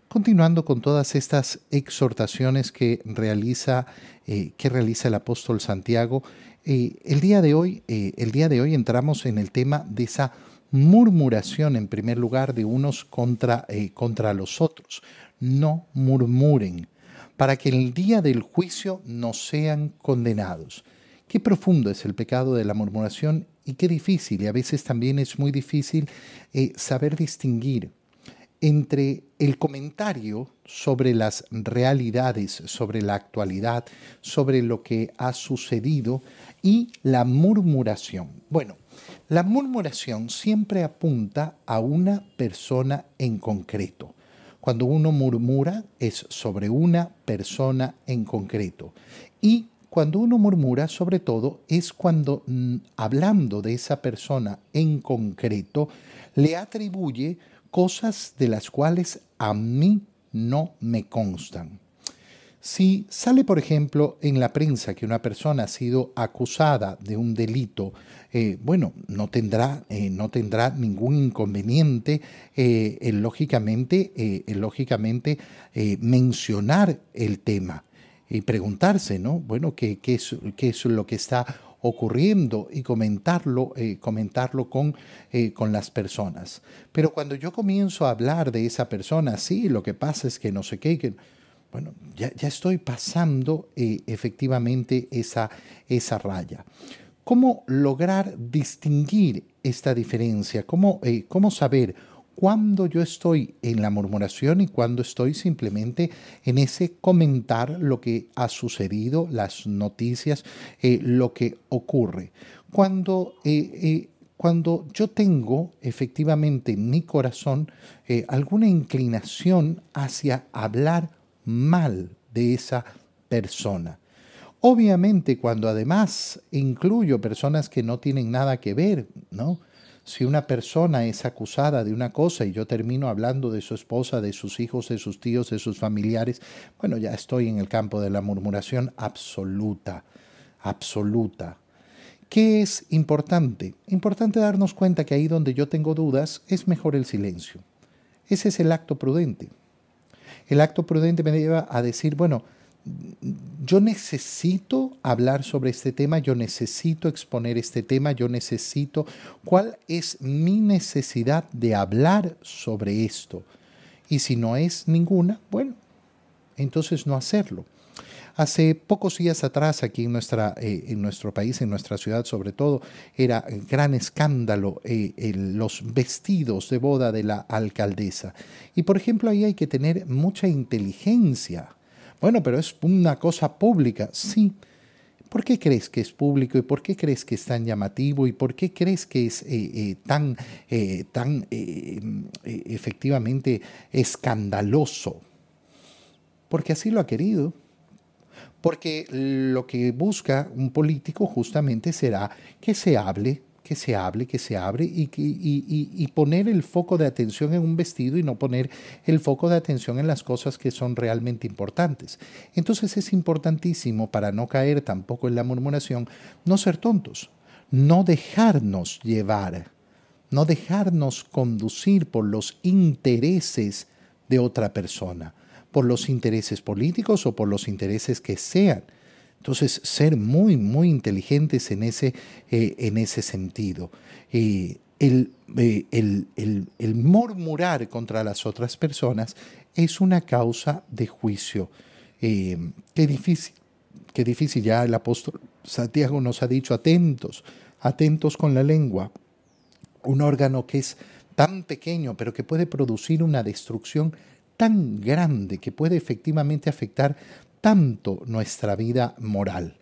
Continuando con todas estas exhortaciones que realiza el apóstol Santiago, el día de hoy entramos en el tema de esa murmuración, en primer lugar, de unos contra los otros. No murmuren, para que en el día del juicio no sean condenados. Qué profundo es el pecado de la murmuración y qué difícil, y a veces también es muy difícil saber distinguir entre el comentario sobre las realidades, sobre la actualidad, sobre lo que ha sucedido y la murmuración. Bueno, la murmuración siempre apunta a una persona en concreto. Cuando uno murmura es sobre una persona en concreto. Y cuando uno murmura, sobre todo, es cuando, hablando de esa persona en concreto, le atribuye cosas de las cuales a mí no me constan. Si sale, por ejemplo, en la prensa que una persona ha sido acusada de un delito, bueno, no tendrá ningún inconveniente, mencionar el tema y preguntarse, ¿no? Bueno, ¿qué es lo que está ocurriendo y comentarlo con las personas. Pero cuando yo comienzo a hablar de esa persona, sí, lo que pasa es que no sé qué, bueno, ya estoy pasando efectivamente esa raya. ¿Cómo lograr distinguir esta diferencia? ¿Cómo saber cuándo yo estoy en la murmuración y cuándo estoy simplemente en ese comentar lo que ha sucedido, las noticias, lo que ocurre? Cuando yo tengo efectivamente en mi corazón alguna inclinación hacia hablar mal de esa persona. Obviamente, cuando además incluyo personas que no tienen nada que ver, ¿no? Si una persona es acusada de una cosa y yo termino hablando de su esposa, de sus hijos, de sus tíos, de sus familiares, bueno, ya estoy en el campo de la murmuración absoluta, absoluta. ¿Qué es importante? Importante darnos cuenta que ahí donde yo tengo dudas es mejor el silencio. Ese es el acto prudente. El acto prudente me lleva a decir, bueno, yo necesito hablar sobre este tema, yo necesito exponer este tema, ¿cuál es mi necesidad de hablar sobre esto? Y si no es ninguna, bueno, entonces no hacerlo. Hace pocos días atrás, aquí en nuestro país, en nuestra ciudad sobre todo, era gran escándalo los vestidos de boda de la alcaldesa. Y por ejemplo, ahí hay que tener mucha inteligencia. Bueno, pero es una cosa pública. Sí. ¿Por qué crees que es público y por qué crees que es tan llamativo y por qué crees que es efectivamente escandaloso? Porque así lo ha querido. Porque lo que busca un político justamente será que se hable, que se hable, que se hable y poner el foco de atención en un vestido y no poner el foco de atención en las cosas que son realmente importantes. Entonces es importantísimo, para no caer tampoco en la murmuración, no ser tontos, no dejarnos llevar, no dejarnos conducir por los intereses de otra persona, por los intereses políticos o por los intereses que sean. Entonces, ser muy, muy inteligentes en ese sentido. El murmurar contra las otras personas es una causa de juicio. Qué difícil, ya el apóstol Santiago nos ha dicho, atentos, atentos con la lengua, un órgano que es tan pequeño, pero que puede producir una destrucción tan grande, que puede efectivamente afectar tanto nuestra vida moral.